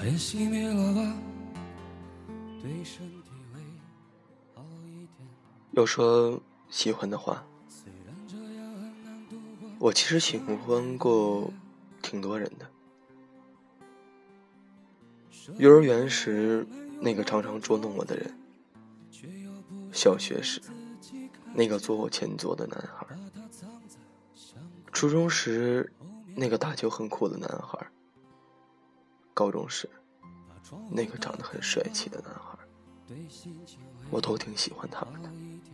也熄灭了吧，对身体会好一点。 要说喜欢的话，我其实喜欢过挺多人的。幼儿园时那个常常捉弄我的人，小学时那个坐我前座的男孩，初中时那个打球很酷的男孩，高中时那个长得很帅气的男孩，我都挺喜欢他们的。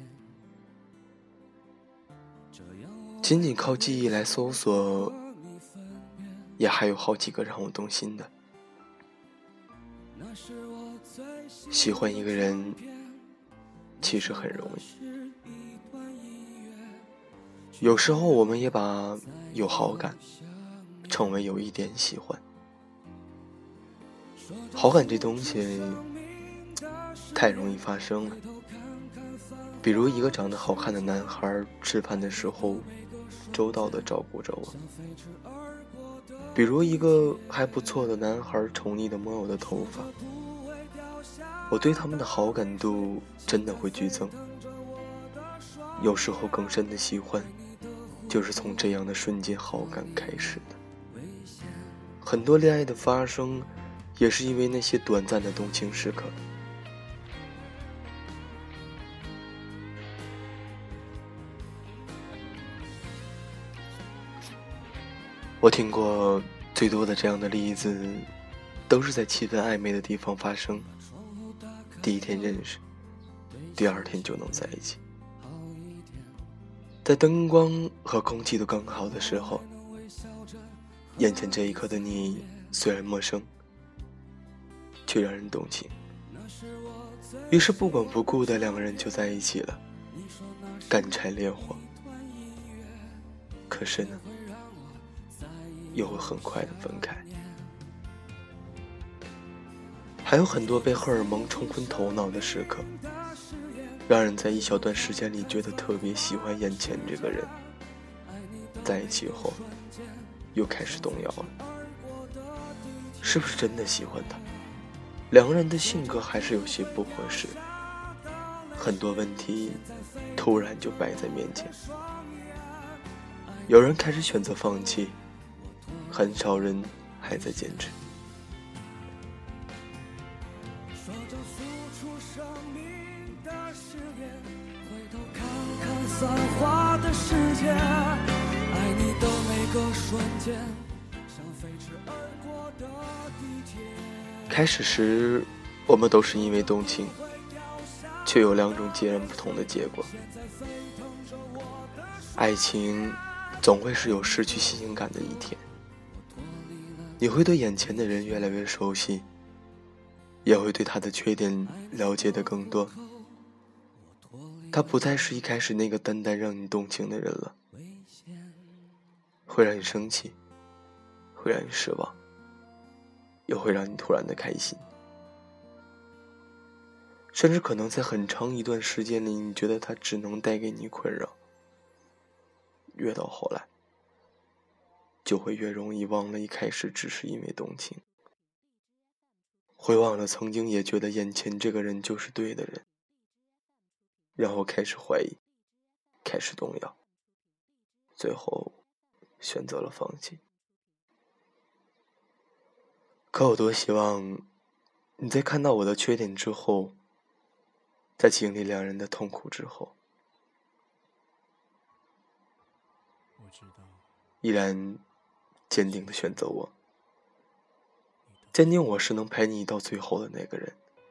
仅仅靠记忆来搜索，也还有好几个让我动心的。喜欢一个人其实很容易，有时候我们也把有好感称为有一点喜欢。好感这东西太容易发生了，比如一个长得好看的男孩吃饭的时候周到地照顾着我，比如一个还不错的男孩宠溺地摸我的头发，我对他们的好感度真的会剧增。有时候更深的喜欢就是从这样的瞬间好感开始的。很多恋爱的发生也是因为那些短暂的动情时刻。我听过最多的这样的例子，都是在气氛暧昧的地方发生，第一天认识，第二天就能在一起。在灯光和空气都刚好的时候，眼前这一刻的你虽然陌生，却让人动情。于是不管不顾的两个人就在一起了，干柴烈火。可是呢，又会很快的分开。还有很多被荷尔蒙冲昏头脑的时刻，让人在一小段时间里觉得特别喜欢眼前这个人，在一起后又开始动摇了，是不是真的喜欢他？两个人的性格还是有些不合适，很多问题突然就摆在面前。有人开始选择放弃，很少人还在坚持。 散花的世界，爱你的每个瞬间，像飞驰而过的地铁。 开始时我们都是因为动情，却有两种截然不同的结果。爱情总会是有失去新鲜感的一天，你会对眼前的人越来越熟悉，也会对他的缺点了解得更多。他不再是一开始那个单单让你动情的人了，会让你生气，会让你失望，也会让你突然的开心。甚至可能在很长一段时间里，你觉得他只能带给你困扰，越到后来就会越容易忘了一开始只是因为动情，会忘了曾经也觉得眼前这个人就是对的人，然后开始怀疑，开始动摇，最后选择了放弃。可我多希望你在看到我的缺点之后，在经历两人的痛苦之后，依然坚定地选择我，坚定我是能陪你到最后的那个人。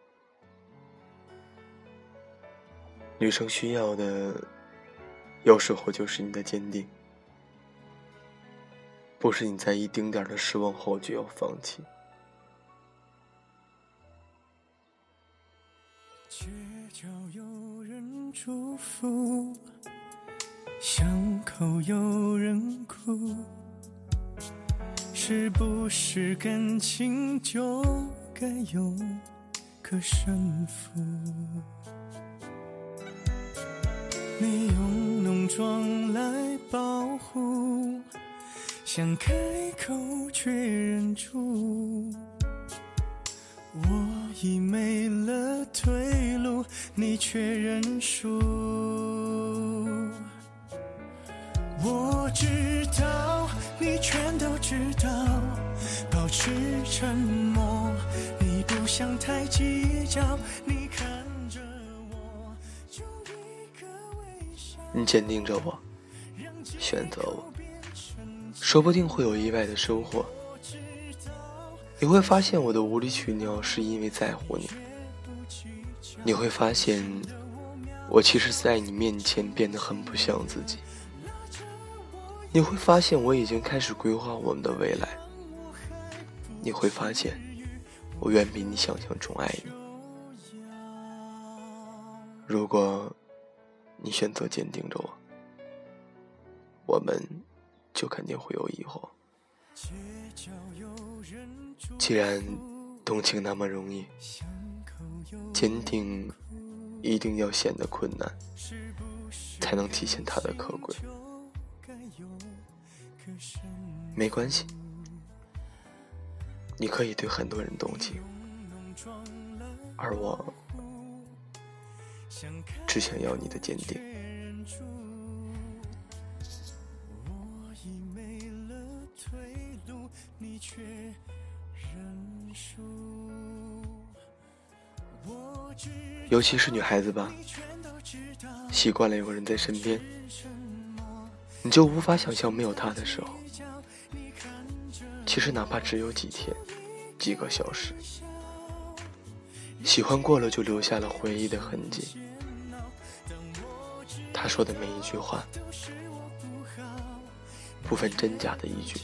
女生需要的有时候就是你的坚定，不是你在一丁点的失望后就要放弃。 街角有人祝福，巷口有人哭，是不是感情就该有个胜负？你用浓妆来保护，想开口却忍住， 我已没了退路，你却认输。我知道，你全都知道，保持沉默，你不想太计较，你看着我，就一个微笑。 你坚定着我，选择我，说不定会有意外的收获。你会发现我的无理取闹是因为在乎你，你会发现我其实在你面前变得很不像自己，你会发现我已经开始规划我们的未来，你会发现我远比你想象中爱你。如果你选择坚定着我，我们就肯定会有以后。既然动情那么容易，坚定一定要显得困难，才能体现它的可贵。没关系，你可以对很多人动情，而我只想要你的坚定。尤其是女孩子吧，习惯了有个人在身边，你就无法想象没有他的时候。其实哪怕只有几天、几个小时，喜欢过了就留下了回忆的痕迹。他说的每一句话，不分真假的一句。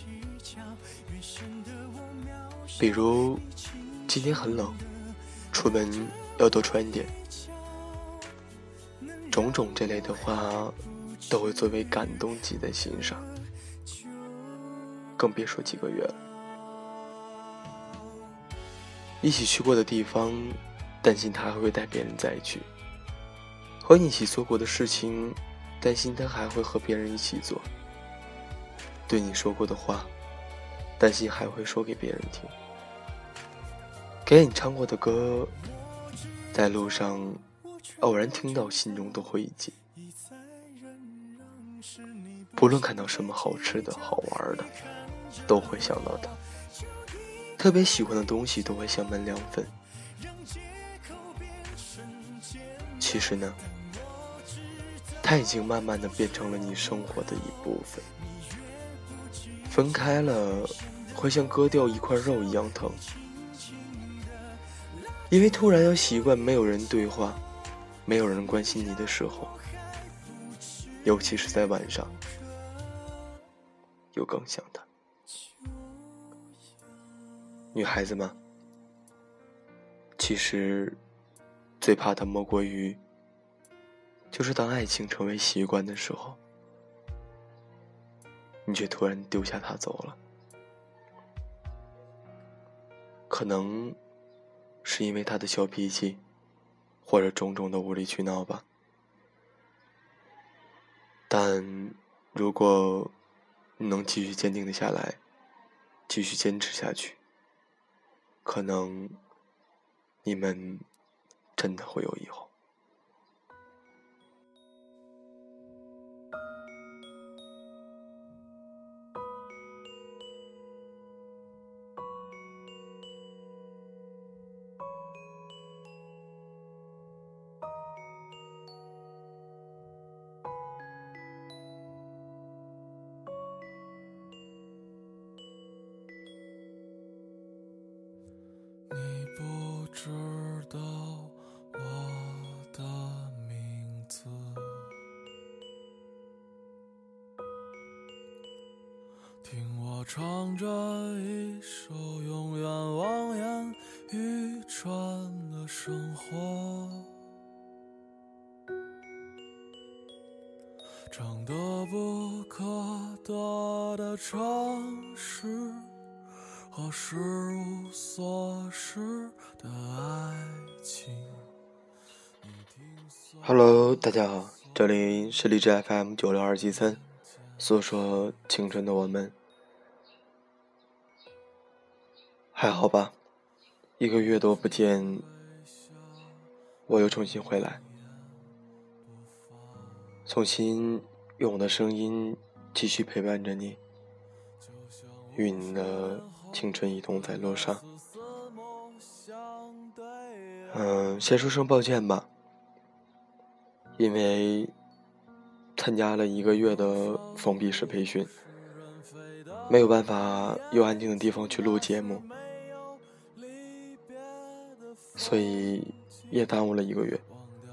比如今天很冷，出门要多穿点，种种这类的话都会作为感动记在心上，更别说几个月了。一起去过的地方，担心他还会带别人再去；和你一起做过的事情，担心他还会和别人一起做；对你说过的话，担心还会说给别人听；给你唱过的歌，在路上偶然听到，心中都会忆起。不论看到什么好吃的好玩的，都会想到他。特别喜欢的东西都会想门两分。其实呢，它已经慢慢的变成了你生活的一部分。分开了，会像割掉一块肉一样疼。因为突然要习惯没有人对话，没有人关心你的时候，尤其是在晚上，又更想他。女孩子嘛，其实最怕的莫过于，就是当爱情成为习惯的时候，你却突然丢下他走了。可能是因为他的小脾气，或者种种的无理取闹吧。但如果你能继续坚定的下来，继续坚持下去，可能你们真的会有以后。 你不知道我的名字，听我唱着一首永远望眼欲穿的生活，长得不可得的城市和事无所事的爱情。 Hello， 大家好，这里是荔枝 FM96273，诉说青春的我们，还好吧？ 1个月都不见，我又重新回来，重新用我的声音继续陪伴着你，与你的青春一同在路上。先说声抱歉吧，因为参加了1个月的封闭式培训，没有办法有安静的地方去录节目，所以也耽误了1个月。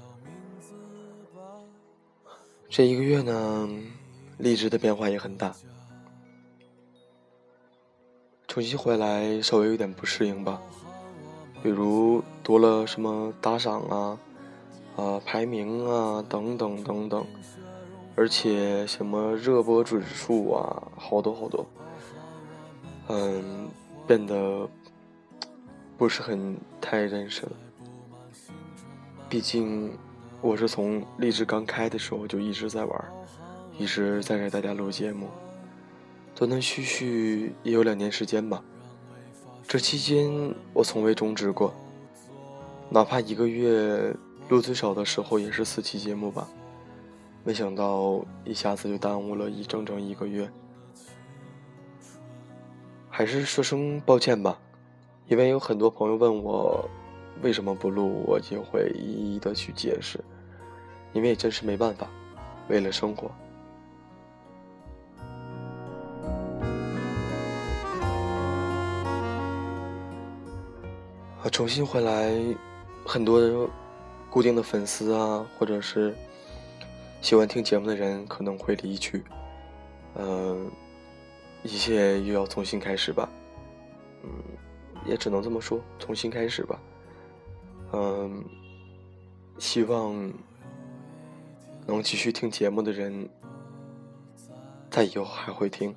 这1个月呢，荔枝的变化也很大，重新回来稍微有点不适应吧，比如多了什么打赏啊、排名啊等等等等，而且什么热播指数啊，好多，变得不是很太认识了。毕竟我是从荔枝刚开的时候就一直在玩，一直在给大家录节目，断断续续也有2年时间吧。这期间我从未终止过，哪怕1个月录最少的时候也是4期节目吧。没想到一下子就耽误了整整1个月，还是说声抱歉吧。因为有很多朋友问我为什么不录，我就会一一的去解释，因为也真是没办法，为了生活。重新回来，很多固定的粉丝啊，或者是喜欢听节目的人可能会离去，一切又要重新开始吧。也只能这么说，重新开始吧。希望能继续听节目的人在以后还会听，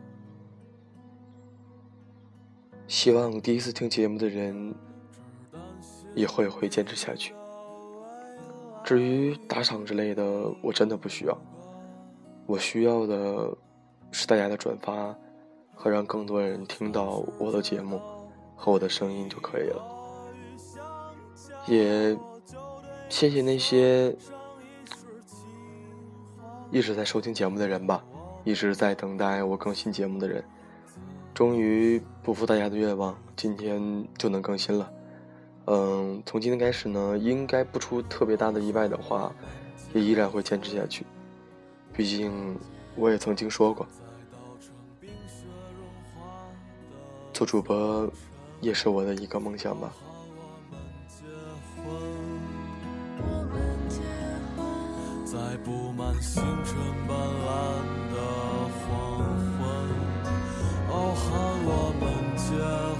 希望第一次听节目的人以后也会坚持下去。至于打赏之类的，我真的不需要，我需要的是大家的转发和让更多人听到我的节目和我的声音就可以了。也谢谢那些一直在收听节目的人吧，一直在等待我更新节目的人，终于不负大家的愿望，今天就能更新了。从今天开始呢，应该不出特别大的意外的话，也依然会坚持下去。毕竟我也曾经说过，做主播也是我的一个梦想吧。 在布满星辰斑斓的黄昏，喊我们结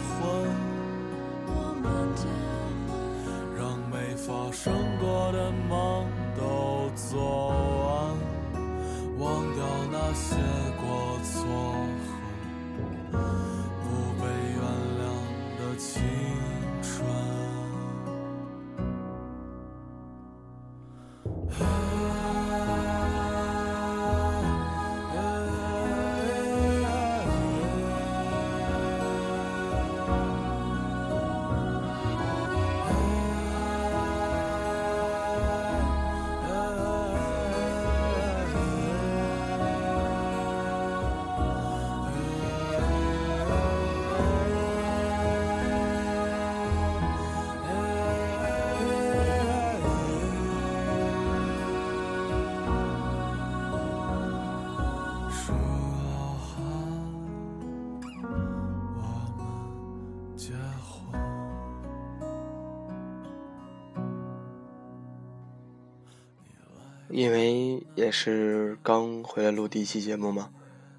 婚，让没发生过的梦都做完，忘掉那些过错和不被原谅的青春。 因为也是刚回来录第1期节目嘛，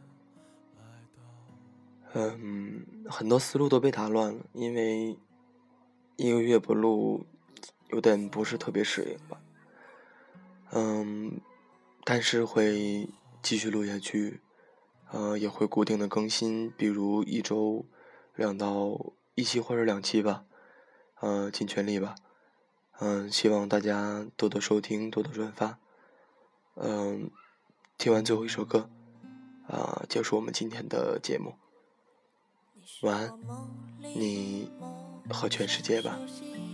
很多思路都被打乱了，因为1个月不录，有点不是特别适应吧。但是会继续录下去，也会固定的更新，比如1周1到1期或者2期吧，尽全力吧。希望大家多多收听，多多转发。听完最后一首歌，结束我们今天的节目。晚安，你和全世界吧。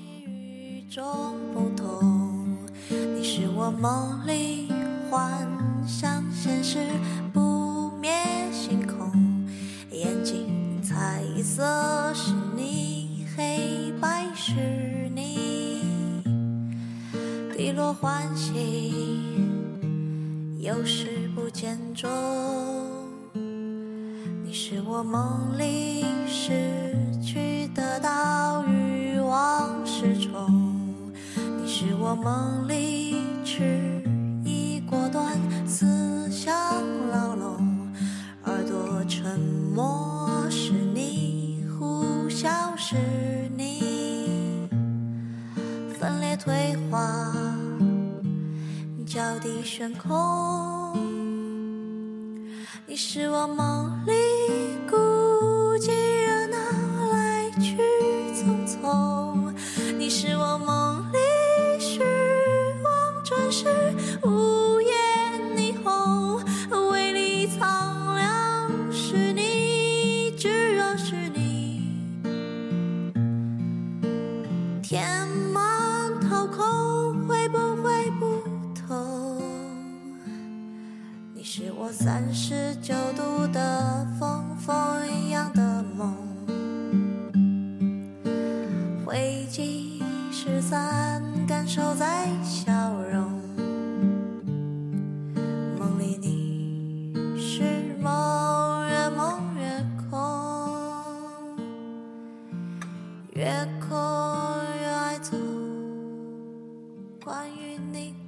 你是我梦里幻想现实不灭星空，眼睛彩色是你，黑白是你，滴落欢喜有时不见踪。你是我梦里失去得到欲望失重，你是我梦里迟疑果断思想牢笼，耳朵沉默是你，呼啸是你，分裂退化脚底悬空。你是我梦里孤寂热闹来去匆匆，你是我梦里失望准时午夜霓虹，微粒苍凉是你，炙热是你，填满掏空会不会不同。你是我39度的风，风一样的梦，灰烬失散，感受在笑容。梦里你是梦，越梦越空，越空越爱走关于你。